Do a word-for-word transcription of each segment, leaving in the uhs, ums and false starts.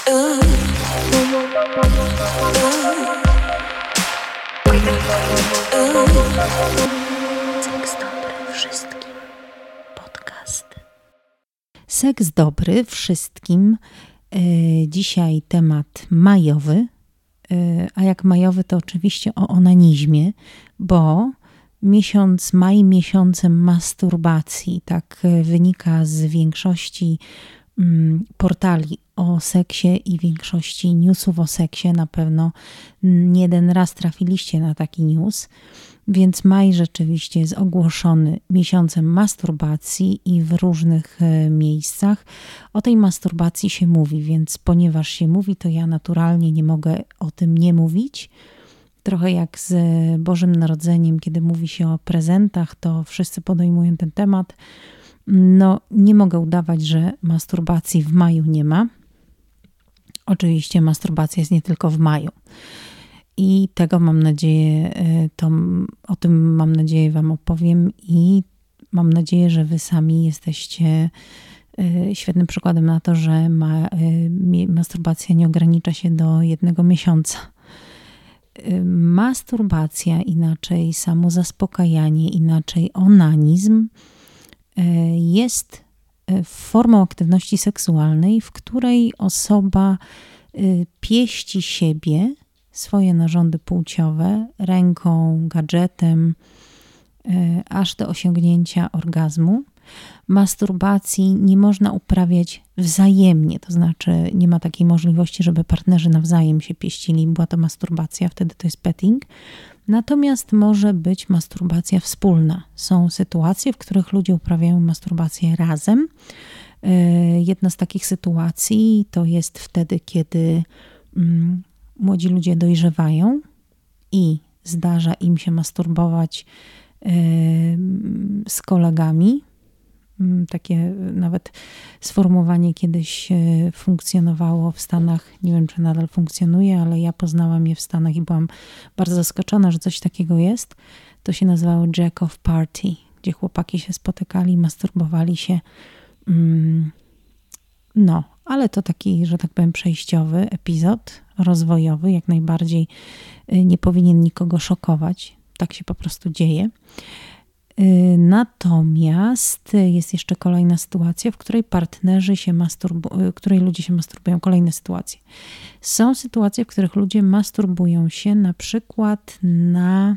Seks dobry wszystkim. Podcast. Seks dobry wszystkim. Dzisiaj temat majowy. A jak majowy, to oczywiście o onanizmie, bo miesiąc maj miesiącem masturbacji, tak wynika z większości portali o seksie i większości newsów o seksie. Na pewno nie jeden raz trafiliście na taki news, więc maj rzeczywiście jest ogłoszony miesiącem masturbacji i w różnych miejscach o tej masturbacji się mówi, więc ponieważ się mówi, to ja naturalnie nie mogę o tym nie mówić. Trochę jak z Bożym Narodzeniem, kiedy mówi się o prezentach, to wszyscy podejmują ten temat. No, nie mogę udawać, że masturbacji w maju nie ma. Oczywiście masturbacja jest nie tylko w maju. I tego mam nadzieję, to, o tym mam nadzieję Wam opowiem i mam nadzieję, że Wy sami jesteście świetnym przykładem na to, że ma, masturbacja nie ogranicza się do jednego miesiąca. Masturbacja, inaczej samozaspokajanie, inaczej onanizm jest formą aktywności seksualnej, w której osoba pieści siebie, swoje narządy płciowe ręką, gadżetem, aż do osiągnięcia orgazmu. Masturbacji nie można uprawiać wzajemnie, to znaczy nie ma takiej możliwości, żeby partnerzy nawzajem się pieścili, była to masturbacja, wtedy to jest petting. Natomiast może być masturbacja wspólna. Są sytuacje, w których ludzie uprawiają masturbację razem. Jedna z takich sytuacji to jest wtedy, kiedy młodzi ludzie dojrzewają i zdarza im się masturbować z kolegami. Takie nawet sformułowanie kiedyś funkcjonowało w Stanach. Nie wiem, czy nadal funkcjonuje, ale ja poznałam je w Stanach i byłam bardzo zaskoczona, że coś takiego jest. To się nazywało Jack of Party, gdzie chłopaki się spotykali, masturbowali się. No, ale to taki, że tak powiem, przejściowy epizod rozwojowy. Jak najbardziej nie powinien nikogo szokować. Tak się po prostu dzieje. Natomiast jest jeszcze kolejna sytuacja, w której partnerzy się masturbują, w której ludzie się masturbują. Kolejne sytuacje. Są sytuacje, w których ludzie masturbują się na przykład na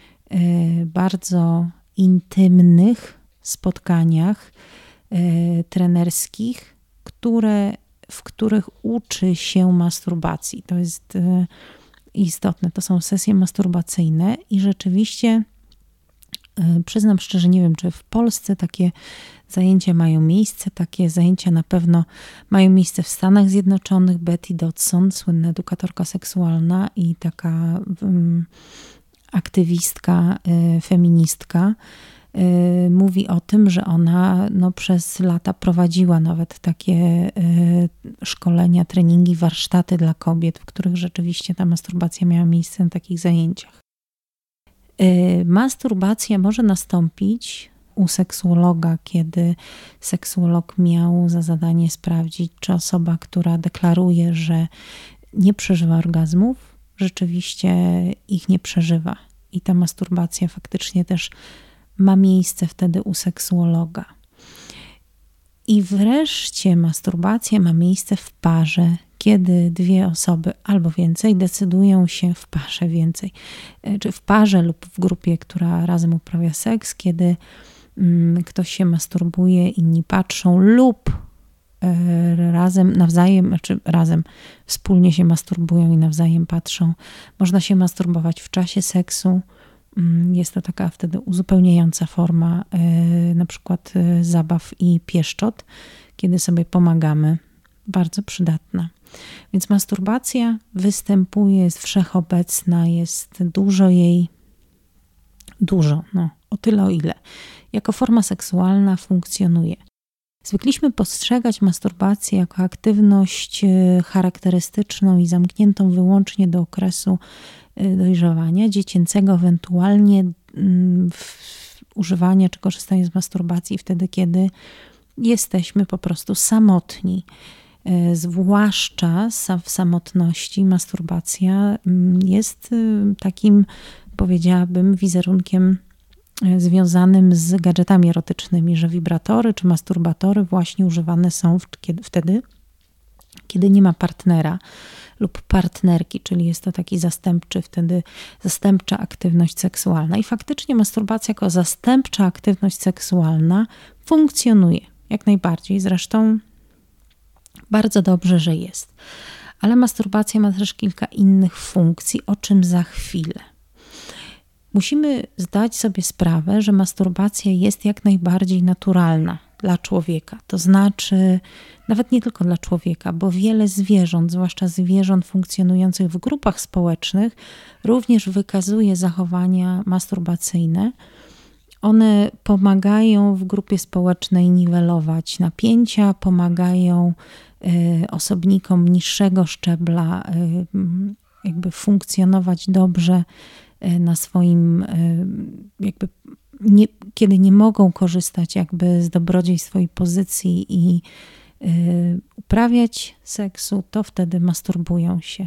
bardzo intymnych spotkaniach trenerskich, które, w których uczy się masturbacji. To jest istotne. To są sesje masturbacyjne i rzeczywiście przyznam szczerze, nie wiem, czy w Polsce takie zajęcia mają miejsce. Takie zajęcia na pewno mają miejsce w Stanach Zjednoczonych. Betty Dodson, słynna edukatorka seksualna i taka um, aktywistka, y, feministka, y, mówi o tym, że ona no, przez lata prowadziła nawet takie y, szkolenia, treningi, warsztaty dla kobiet, w których rzeczywiście ta masturbacja miała miejsce na takich zajęciach. Masturbacja może nastąpić u seksuologa, kiedy seksuolog miał za zadanie sprawdzić, czy osoba, która deklaruje, że nie przeżywa orgazmów, rzeczywiście ich nie przeżywa. I ta masturbacja faktycznie też ma miejsce wtedy u seksuologa. I wreszcie masturbacja ma miejsce w parze, kiedy dwie osoby albo więcej decydują się w parze więcej, czy w parze lub w grupie, która razem uprawia seks, kiedy mm, ktoś się masturbuje, inni patrzą lub y, razem, nawzajem, znaczy razem wspólnie się masturbują i nawzajem patrzą. Można się masturbować w czasie seksu. Jest to taka wtedy uzupełniająca forma y, na przykład y, zabaw i pieszczot, kiedy sobie pomagamy. Bardzo przydatna. Więc masturbacja występuje, jest wszechobecna, jest dużo jej, dużo, no o tyle o ile. Jako forma seksualna funkcjonuje. Zwykliśmy postrzegać masturbację jako aktywność charakterystyczną i zamkniętą wyłącznie do okresu dojrzewania dziecięcego, ewentualnie używania czy korzystania z masturbacji wtedy, kiedy jesteśmy po prostu samotni. Zwłaszcza w samotności masturbacja jest takim, powiedziałabym, wizerunkiem związanym z gadżetami erotycznymi, że wibratory czy masturbatory właśnie używane są wtedy, kiedy nie ma partnera lub partnerki, czyli jest to taki zastępczy, wtedy zastępcza aktywność seksualna. I faktycznie masturbacja jako zastępcza aktywność seksualna funkcjonuje jak najbardziej. Zresztą bardzo dobrze, że jest. Ale masturbacja ma też kilka innych funkcji, o czym za chwilę. Musimy zdać sobie sprawę, że masturbacja jest jak najbardziej naturalna dla człowieka. To znaczy, nawet nie tylko dla człowieka, bo wiele zwierząt, zwłaszcza zwierząt funkcjonujących w grupach społecznych, również wykazuje zachowania masturbacyjne. One pomagają w grupie społecznej niwelować napięcia, pomagają y, osobnikom niższego szczebla y, jakby funkcjonować dobrze na swoim, jakby nie, kiedy nie mogą korzystać jakby z dobrodziejstw swojej pozycji i y, uprawiać seksu, to wtedy masturbują się.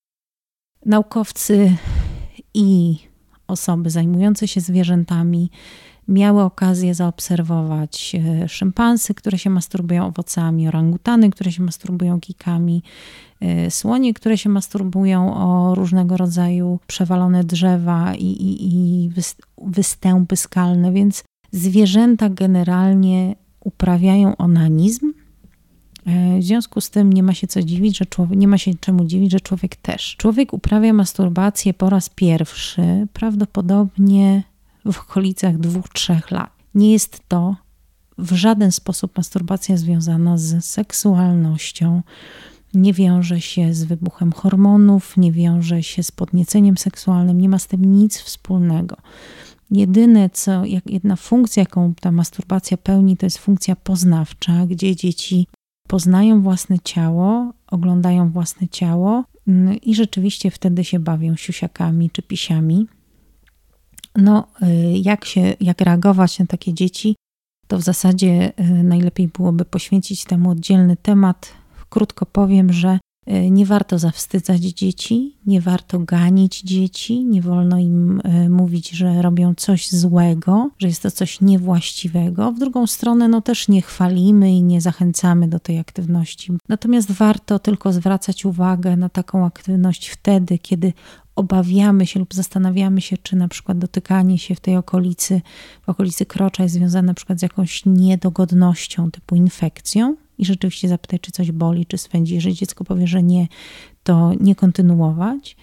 Naukowcy i osoby zajmujące się zwierzętami miały okazję zaobserwować szympansy, które się masturbują owocami, orangutany, które się masturbują kikami, słonie, które się masturbują o różnego rodzaju przewalone drzewa i, i, i występy skalne, więc zwierzęta generalnie uprawiają onanizm. W związku z tym nie ma się co dziwić, że człowiek, nie ma się czemu dziwić, że człowiek też. Człowiek uprawia masturbację po raz pierwszy, prawdopodobnie w okolicach dwóch, trzech lat. Nie jest to w żaden sposób masturbacja związana z seksualnością, nie wiąże się z wybuchem hormonów, nie wiąże się z podnieceniem seksualnym, nie ma z tym nic wspólnego. Jedyne, co, jak jedna funkcja, jaką ta masturbacja pełni, to jest funkcja poznawcza, gdzie dzieci poznają własne ciało, oglądają własne ciało i rzeczywiście wtedy się bawią siusiakami czy pisiami. No, jak się, jak reagować na takie dzieci, to w zasadzie najlepiej byłoby poświęcić temu oddzielny temat. Krótko powiem, że nie warto zawstydzać dzieci, nie warto ganić dzieci, nie wolno im mówić, że robią coś złego, że jest to coś niewłaściwego. W drugą stronę no też nie chwalimy i nie zachęcamy do tej aktywności. Natomiast warto tylko zwracać uwagę na taką aktywność wtedy, kiedy obawiamy się lub zastanawiamy się, czy na przykład dotykanie się w tej okolicy, w okolicy krocza jest związane na przykład z jakąś niedogodnością typu infekcją i rzeczywiście zapytać, czy coś boli, czy swędzi. Jeżeli dziecko powie, że nie, to nie kontynuować.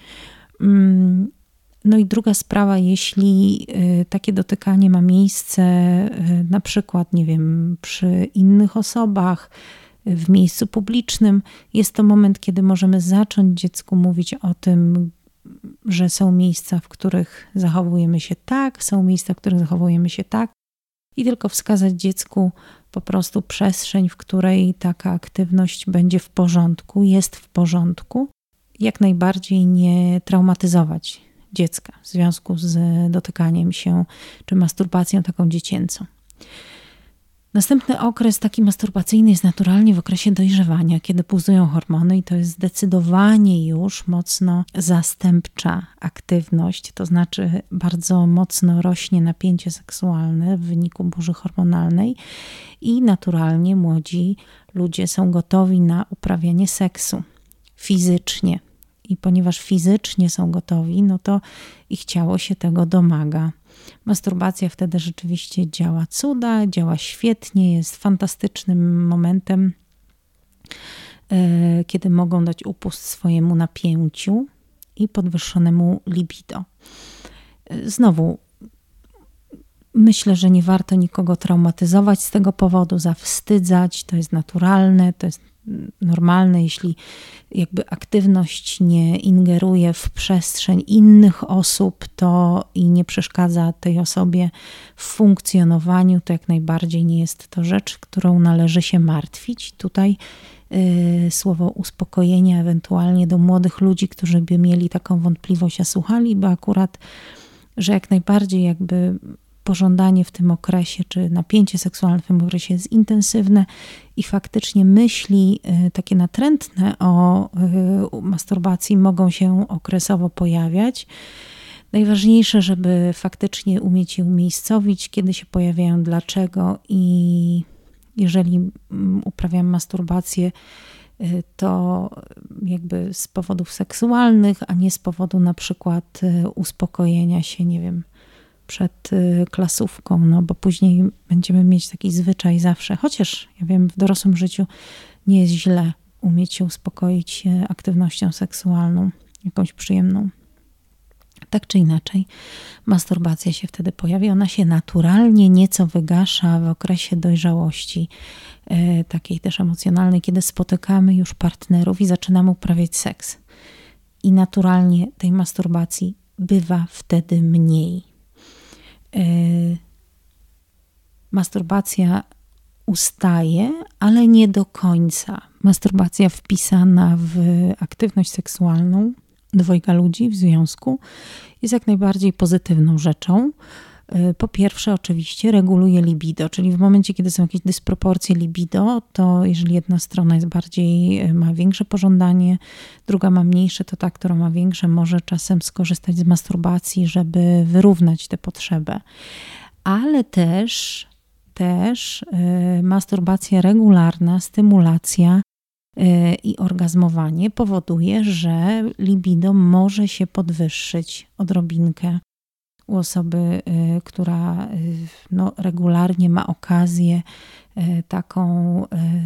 No i druga sprawa, jeśli takie dotykanie ma miejsce na przykład, nie wiem, przy innych osobach, w miejscu publicznym, jest to moment, kiedy możemy zacząć dziecku mówić o tym, że są miejsca, w których zachowujemy się tak, są miejsca, w których zachowujemy się tak i tylko wskazać dziecku po prostu przestrzeń, w której taka aktywność będzie w porządku, jest w porządku. Jak najbardziej nie traumatyzować dziecka w związku z dotykaniem się czy masturbacją taką dziecięcą. Następny okres taki masturbacyjny jest naturalnie w okresie dojrzewania, kiedy buzują hormony i to jest zdecydowanie już mocno zastępcza aktywność, to znaczy bardzo mocno rośnie napięcie seksualne w wyniku burzy hormonalnej i naturalnie młodzi ludzie są gotowi na uprawianie seksu fizycznie. I ponieważ fizycznie są gotowi, no to ich ciało się tego domaga. Masturbacja wtedy rzeczywiście działa cuda, działa świetnie, jest fantastycznym momentem, kiedy mogą dać upust swojemu napięciu i podwyższonemu libido. Znowu, myślę, że nie warto nikogo traumatyzować z tego powodu, zawstydzać, to jest naturalne, to jest normalne, jeśli jakby aktywność nie ingeruje w przestrzeń innych osób, to i nie przeszkadza tej osobie w funkcjonowaniu, to jak najbardziej nie jest to rzecz, którą należy się martwić. Tutaj yy, słowo uspokojenia ewentualnie do młodych ludzi, którzy by mieli taką wątpliwość, a słuchali, bo akurat, że jak najbardziej jakby pożądanie w tym okresie, czy napięcie seksualne w tym okresie jest intensywne i faktycznie myśli takie natrętne o masturbacji mogą się okresowo pojawiać. Najważniejsze, żeby faktycznie umieć je umiejscowić, kiedy się pojawiają, dlaczego, i jeżeli uprawiam masturbację, to jakby z powodów seksualnych, a nie z powodu na przykład uspokojenia się, nie wiem, przed klasówką, no bo później będziemy mieć taki zwyczaj zawsze, chociaż ja wiem, w dorosłym życiu nie jest źle umieć się uspokoić aktywnością seksualną, jakąś przyjemną. Tak czy inaczej, masturbacja się wtedy pojawia. Ona się naturalnie nieco wygasza w okresie dojrzałości, e, takiej też emocjonalnej, kiedy spotykamy już partnerów i zaczynamy uprawiać seks. I naturalnie tej masturbacji bywa wtedy mniej. E, masturbacja ustaje, ale nie do końca. Masturbacja wpisana w aktywność seksualną dwojga ludzi w związku jest jak najbardziej pozytywną rzeczą. Po pierwsze, oczywiście reguluje libido, czyli w momencie, kiedy są jakieś dysproporcje libido, to jeżeli jedna strona jest bardziej, ma większe pożądanie, druga ma mniejsze, to ta, która ma większe, może czasem skorzystać z masturbacji, żeby wyrównać tę potrzebę. Ale też, też yy, masturbacja regularna, stymulacja i orgazmowanie powoduje, że libido może się podwyższyć odrobinkę u osoby, która no, regularnie ma okazję taką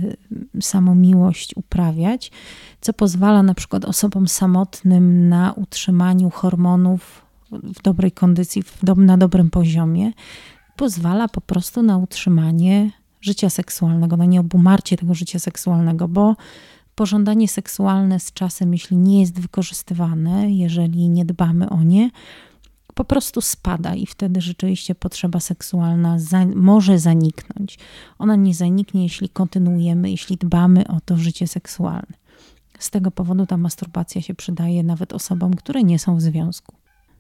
samomiłość uprawiać, co pozwala na przykład osobom samotnym na utrzymaniu hormonów w dobrej kondycji, w do, na dobrym poziomie. Pozwala po prostu na utrzymanie życia seksualnego, na nieobumarcie tego życia seksualnego, bo pożądanie seksualne z czasem, jeśli nie jest wykorzystywane, jeżeli nie dbamy o nie, po prostu spada i wtedy rzeczywiście potrzeba seksualna za, może zaniknąć. Ona nie zaniknie, jeśli kontynuujemy, jeśli dbamy o to życie seksualne. Z tego powodu ta masturbacja się przydaje nawet osobom, które nie są w związku.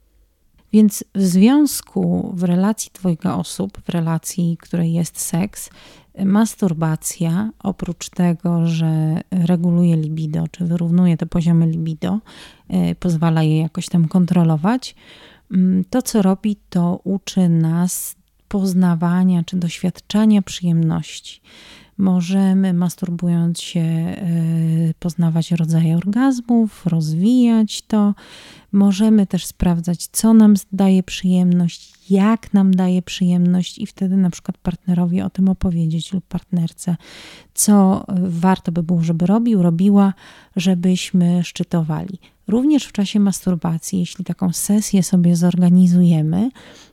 Więc w związku, w relacji dwojga osób, w relacji, w której jest seks, masturbacja, oprócz tego, że reguluje libido, czy wyrównuje te poziomy libido, pozwala je jakoś tam kontrolować, to co robi, to uczy nas poznawania czy doświadczania przyjemności. Możemy, masturbując się, poznawać rodzaje orgazmów, rozwijać to. Możemy też sprawdzać, co nam daje przyjemność, jak nam daje przyjemność i wtedy na przykład partnerowi o tym opowiedzieć lub partnerce, co warto by było, żeby robił, robiła, żebyśmy szczytowali. Również w czasie masturbacji, jeśli taką sesję sobie zorganizujemy,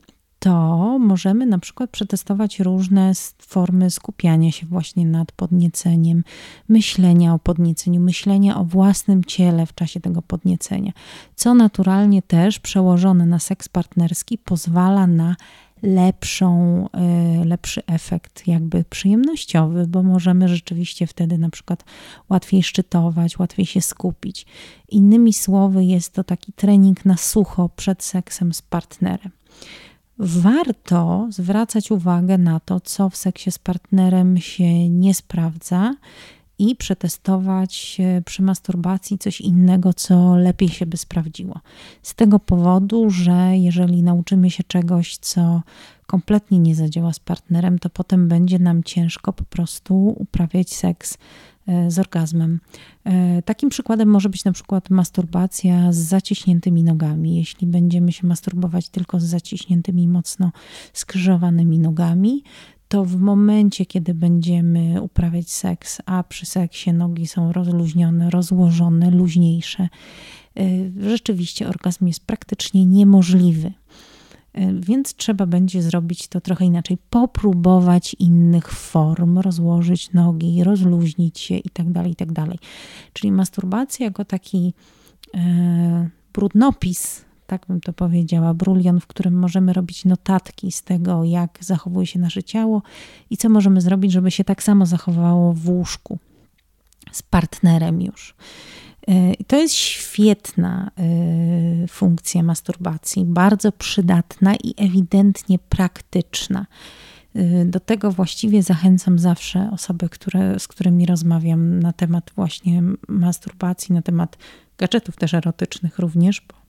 to możemy na przykład przetestować różne formy skupiania się właśnie nad podnieceniem, myślenia o podnieceniu, myślenia o własnym ciele w czasie tego podniecenia, co naturalnie też przełożone na seks partnerski pozwala na lepszą, lepszy efekt jakby przyjemnościowy, bo możemy rzeczywiście wtedy na przykład łatwiej szczytować, łatwiej się skupić. Innymi słowy, jest to taki trening na sucho przed seksem z partnerem. Warto zwracać uwagę na to, co w seksie z partnerem się nie sprawdza i przetestować przy masturbacji coś innego, co lepiej się by sprawdziło. Z tego powodu, że jeżeli nauczymy się czegoś, co kompletnie nie zadziała z partnerem, to potem będzie nam ciężko po prostu uprawiać seks z orgazmem. Takim przykładem może być na przykład masturbacja z zaciśniętymi nogami. Jeśli będziemy się masturbować tylko z zaciśniętymi, mocno skrzyżowanymi nogami, to w momencie, kiedy będziemy uprawiać seks, a przy seksie nogi są rozluźnione, rozłożone, luźniejsze, rzeczywiście orgazm jest praktycznie niemożliwy. Więc trzeba będzie zrobić to trochę inaczej, popróbować innych form, rozłożyć nogi, rozluźnić się itd., itd. Czyli masturbacja jako taki e, brudnopis, tak bym to powiedziała, brulion, w którym możemy robić notatki z tego, jak zachowuje się nasze ciało i co możemy zrobić, żeby się tak samo zachowało w łóżku z partnerem już. To jest świetna funkcja masturbacji, bardzo przydatna i ewidentnie praktyczna. Do tego właściwie zachęcam zawsze osoby, które, z którymi rozmawiam na temat właśnie masturbacji, na temat gadżetów też erotycznych również, bo,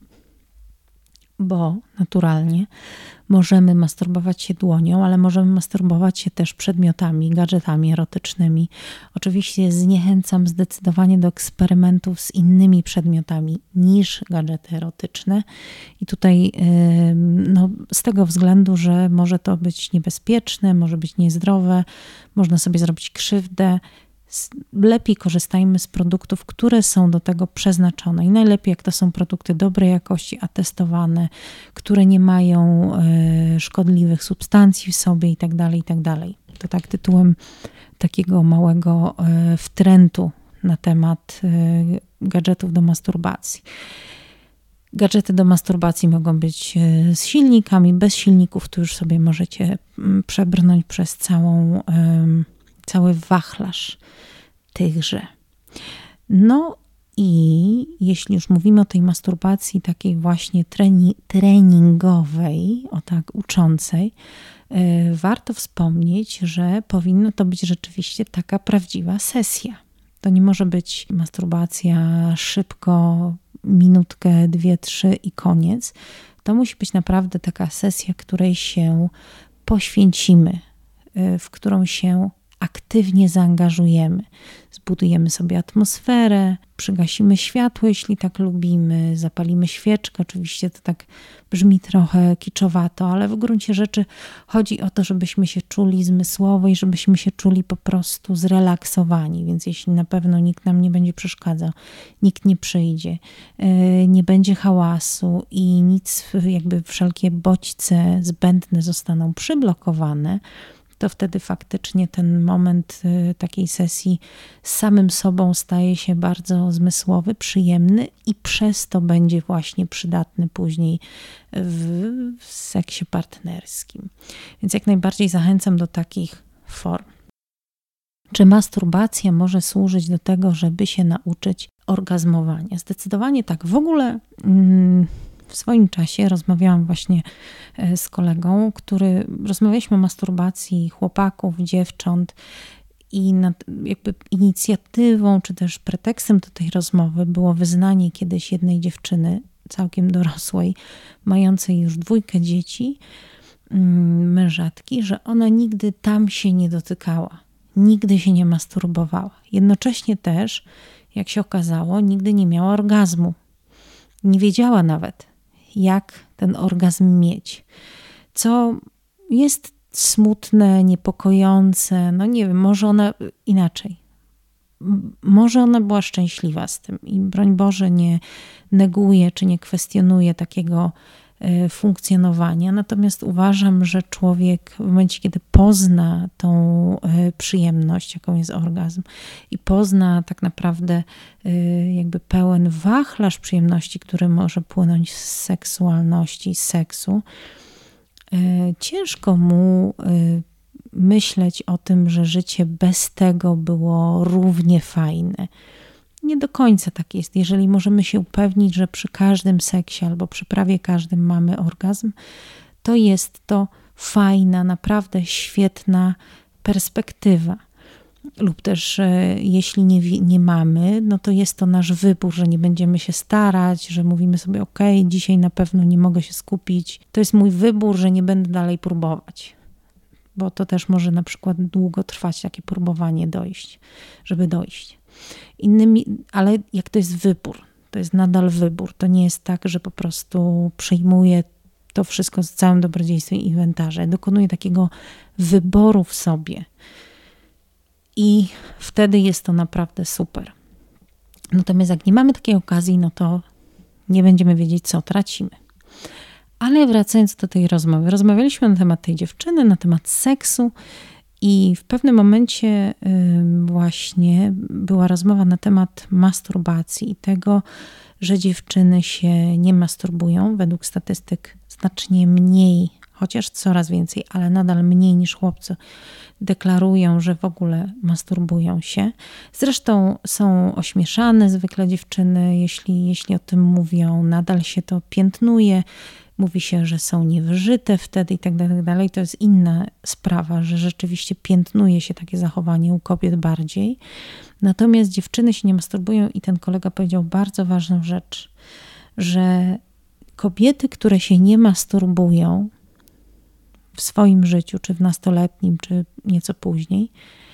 bo naturalnie możemy masturbować się dłonią, ale możemy masturbować się też przedmiotami, gadżetami erotycznymi. Oczywiście zniechęcam zdecydowanie do eksperymentów z innymi przedmiotami niż gadżety erotyczne. I tutaj no, z tego względu, że może to być niebezpieczne, może być niezdrowe, można sobie zrobić krzywdę. Lepiej korzystajmy z produktów, które są do tego przeznaczone i najlepiej jak to są produkty dobrej jakości, atestowane, które nie mają y, szkodliwych substancji w sobie i tak dalej, i tak dalej. To tak tytułem takiego małego y, wtrętu na temat y, gadżetów do masturbacji. Gadżety do masturbacji mogą być y, z silnikami, bez silników, tu już sobie możecie y, przebrnąć przez całą y, cały wachlarz tychże. No i jeśli już mówimy o tej masturbacji takiej właśnie treni- treningowej, o tak uczącej, yy, warto wspomnieć, że powinno to być rzeczywiście taka prawdziwa sesja. To nie może być masturbacja szybko, minutkę, dwie, trzy i koniec. To musi być naprawdę taka sesja, której się poświęcimy, yy, w którą się aktywnie zaangażujemy. Zbudujemy sobie atmosferę, przygasimy światło, jeśli tak lubimy, zapalimy świeczkę. Oczywiście to tak brzmi trochę kiczowato, ale w gruncie rzeczy chodzi o to, żebyśmy się czuli zmysłowo i żebyśmy się czuli po prostu zrelaksowani. Więc jeśli na pewno nikt nam nie będzie przeszkadzał, nikt nie przyjdzie, nie będzie hałasu i nic, jakby wszelkie bodźce zbędne zostaną przyblokowane, to wtedy faktycznie ten moment takiej sesji z samym sobą staje się bardzo zmysłowy, przyjemny i przez to będzie właśnie przydatny później w, w seksie partnerskim. Więc jak najbardziej zachęcam do takich form. Czy masturbacja może służyć do tego, żeby się nauczyć orgazmowania? Zdecydowanie tak. W ogóle... Mm, W swoim czasie rozmawiałam właśnie z kolegą, który rozmawialiśmy o masturbacji chłopaków, dziewcząt i nad, jakby inicjatywą, czy też pretekstem do tej rozmowy było wyznanie kiedyś jednej dziewczyny, całkiem dorosłej, mającej już dwójkę dzieci, mężatki, że ona nigdy tam się nie dotykała, nigdy się nie masturbowała. Jednocześnie też, jak się okazało, nigdy nie miała orgazmu. Nie wiedziała nawet, jak ten orgazm mieć. Co jest smutne, niepokojące, no nie wiem, może ona inaczej. Może ona była szczęśliwa z tym i broń Boże nie neguje czy nie kwestionuje takiego funkcjonowania. Natomiast uważam, że człowiek w momencie, kiedy pozna tą przyjemność, jaką jest orgazm i pozna tak naprawdę jakby pełen wachlarz przyjemności, który może płynąć z seksualności, z seksu, ciężko mu myśleć o tym, że życie bez tego było równie fajne. Nie do końca tak jest. Jeżeli możemy się upewnić, że przy każdym seksie albo przy prawie każdym mamy orgazm, to jest to fajna, naprawdę świetna perspektywa. Lub też jeśli nie, nie mamy, no to jest to nasz wybór, że nie będziemy się starać, że mówimy sobie ok, dzisiaj na pewno nie mogę się skupić. To jest mój wybór, że nie będę dalej próbować. Bo to też może na przykład długo trwać takie próbowanie dojść, żeby dojść. Innymi, ale jak to jest wybór, to jest nadal wybór. To nie jest tak, że po prostu przyjmuję to wszystko z całym dobrodziejstwem inwentarza. Dokonuję takiego wyboru w sobie. I wtedy jest to naprawdę super. Natomiast jak nie mamy takiej okazji, no to nie będziemy wiedzieć, co tracimy. Ale wracając do tej rozmowy, rozmawialiśmy na temat tej dziewczyny, na temat seksu i w pewnym momencie właśnie była rozmowa na temat masturbacji i tego, że dziewczyny się nie masturbują. Według statystyk znacznie mniej chociaż coraz więcej, ale nadal mniej niż chłopcy deklarują, że w ogóle masturbują się. Zresztą są ośmieszane zwykle dziewczyny, jeśli, jeśli o tym mówią, nadal się to piętnuje. Mówi się, że są niewyżyte wtedy i tak dalej, tak dalej. To jest inna sprawa, że rzeczywiście piętnuje się takie zachowanie u kobiet bardziej. Natomiast dziewczyny się nie masturbują i ten kolega powiedział bardzo ważną rzecz, że kobiety, które się nie masturbują w swoim życiu, czy w nastoletnim, czy nieco później,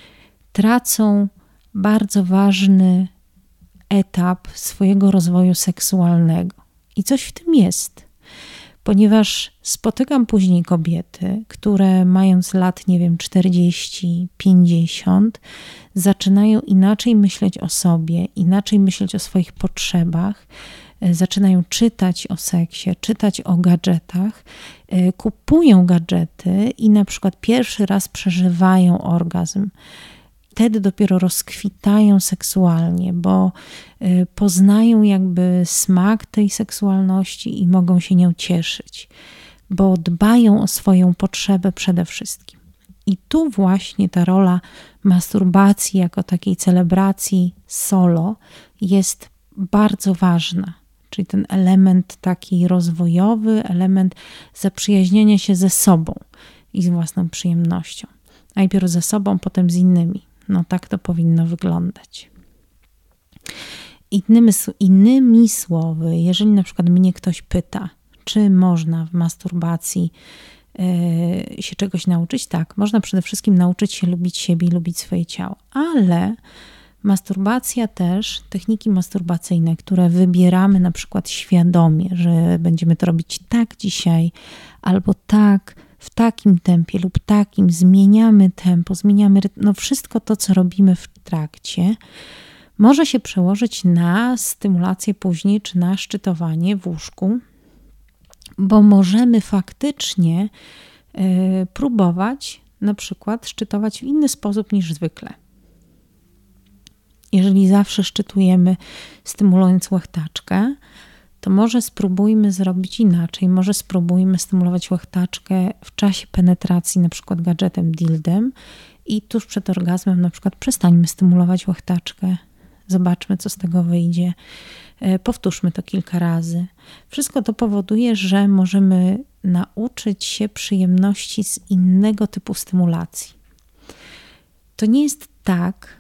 tracą bardzo ważny etap swojego rozwoju seksualnego. I coś w tym jest. Ponieważ spotykam później kobiety, które mając lat, nie wiem, czterdzieści, pięćdziesiąt, zaczynają inaczej myśleć o sobie, inaczej myśleć o swoich potrzebach, zaczynają czytać o seksie, czytać o gadżetach, kupują gadżety i na przykład pierwszy raz przeżywają orgazm. Wtedy dopiero rozkwitają seksualnie, bo poznają jakby smak tej seksualności i mogą się nią cieszyć, bo dbają o swoją potrzebę przede wszystkim. I tu właśnie ta rola masturbacji jako takiej celebracji solo jest bardzo ważna. Czyli ten element taki rozwojowy, element zaprzyjaźniania się ze sobą i z własną przyjemnością. Najpierw ze sobą, potem z innymi. No tak to powinno wyglądać. Innymi, innymi słowy, jeżeli na przykład mnie ktoś pyta, czy można w masturbacji yy, się czegoś nauczyć? Tak, można przede wszystkim nauczyć się lubić siebie i lubić swoje ciało, ale masturbacja też, techniki masturbacyjne, które wybieramy na przykład świadomie, że będziemy to robić tak dzisiaj, albo tak, w takim tempie lub takim, zmieniamy tempo, zmieniamy rytm, no wszystko to, co robimy w trakcie, może się przełożyć na stymulację później, czy na szczytowanie w łóżku, bo możemy faktycznie yy, próbować na przykład szczytować w inny sposób niż zwykle. Jeżeli zawsze szczytujemy stymulując łechtaczkę, to może spróbujmy zrobić inaczej. Może spróbujmy stymulować łechtaczkę w czasie penetracji, na przykład gadżetem dildem i tuż przed orgazmem na przykład przestańmy stymulować łechtaczkę. Zobaczmy, co z tego wyjdzie. Powtórzmy to kilka razy. Wszystko to powoduje, że możemy nauczyć się przyjemności z innego typu stymulacji. To nie jest tak,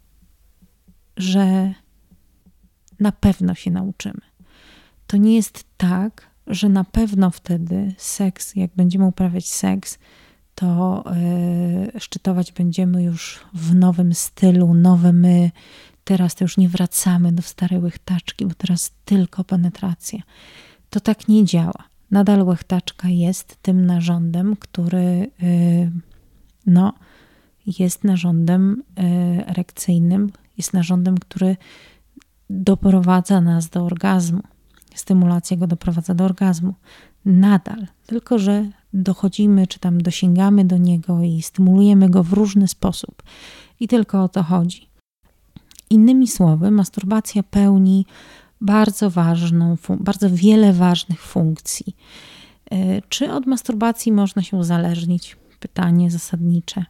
że na pewno się nauczymy. To nie jest tak, że na pewno wtedy seks, jak będziemy uprawiać seks, to yy, szczytować będziemy już w nowym stylu, nowe my. Teraz to już nie wracamy do starej łechtaczki, bo teraz tylko penetracja. To tak nie działa. Nadal łechtaczka jest tym narządem, który yy, no, jest narządem yy, erekcyjnym, jest narządem, który doprowadza nas do orgazmu. Stymulacja go doprowadza do orgazmu. Nadal. Tylko że dochodzimy, czy tam dosięgamy do niego i stymulujemy go w różny sposób. I tylko o to chodzi. Innymi słowy, masturbacja pełni bardzo ważną, bardzo wiele ważnych funkcji. Czy od masturbacji można się uzależnić? Pytanie zasadnicze.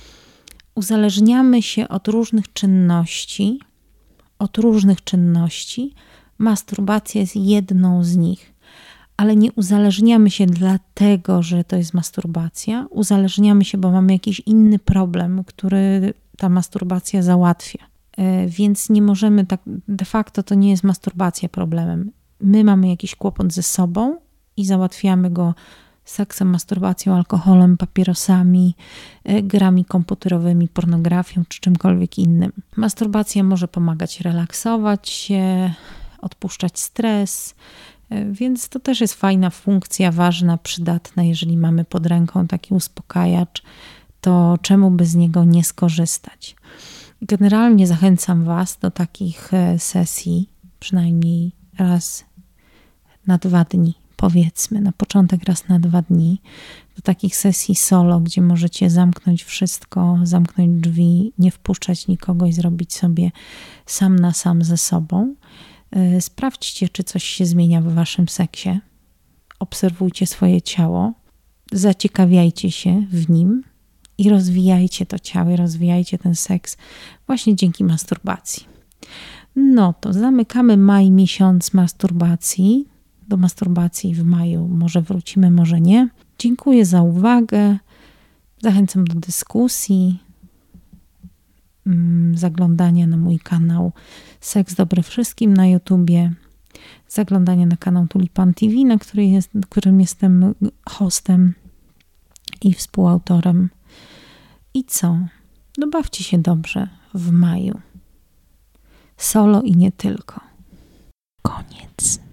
Uzależniamy się od różnych czynności, od różnych czynności. Masturbacja jest jedną z nich, ale nie uzależniamy się dlatego, że to jest masturbacja. Uzależniamy się, bo mamy jakiś inny problem, który ta masturbacja załatwia. Więc nie możemy tak, de facto to nie jest masturbacja problemem. My mamy jakiś kłopot ze sobą i załatwiamy go seksem, masturbacją, alkoholem, papierosami, grami komputerowymi, pornografią czy czymkolwiek innym. Masturbacja może pomagać relaksować się, odpuszczać stres, więc to też jest fajna funkcja, ważna, przydatna. Jeżeli mamy pod ręką taki uspokajacz, to czemu by z niego nie skorzystać? Generalnie zachęcam Was do takich sesji, przynajmniej raz na dwa dni, powiedzmy, na początek raz na dwa dni, do takich sesji solo, gdzie możecie zamknąć wszystko, zamknąć drzwi, nie wpuszczać nikogo i zrobić sobie sam na sam ze sobą. Sprawdźcie, czy coś się zmienia w Waszym seksie. Obserwujcie swoje ciało. zaciekawiajcie się w nim i rozwijajcie to ciało, i rozwijajcie ten seks właśnie dzięki masturbacji. No to zamykamy maj, miesiąc masturbacji. Do masturbacji w maju może wrócimy, może nie. Dziękuję za uwagę. Zachęcam do dyskusji, zaglądania na mój kanał Seks Dobry Wszystkim na YouTubie, zaglądania na kanał Tulipan T V, na który jest, którym jestem hostem i współautorem. I co? No bawcie się dobrze w maju. Solo i nie tylko. Koniec.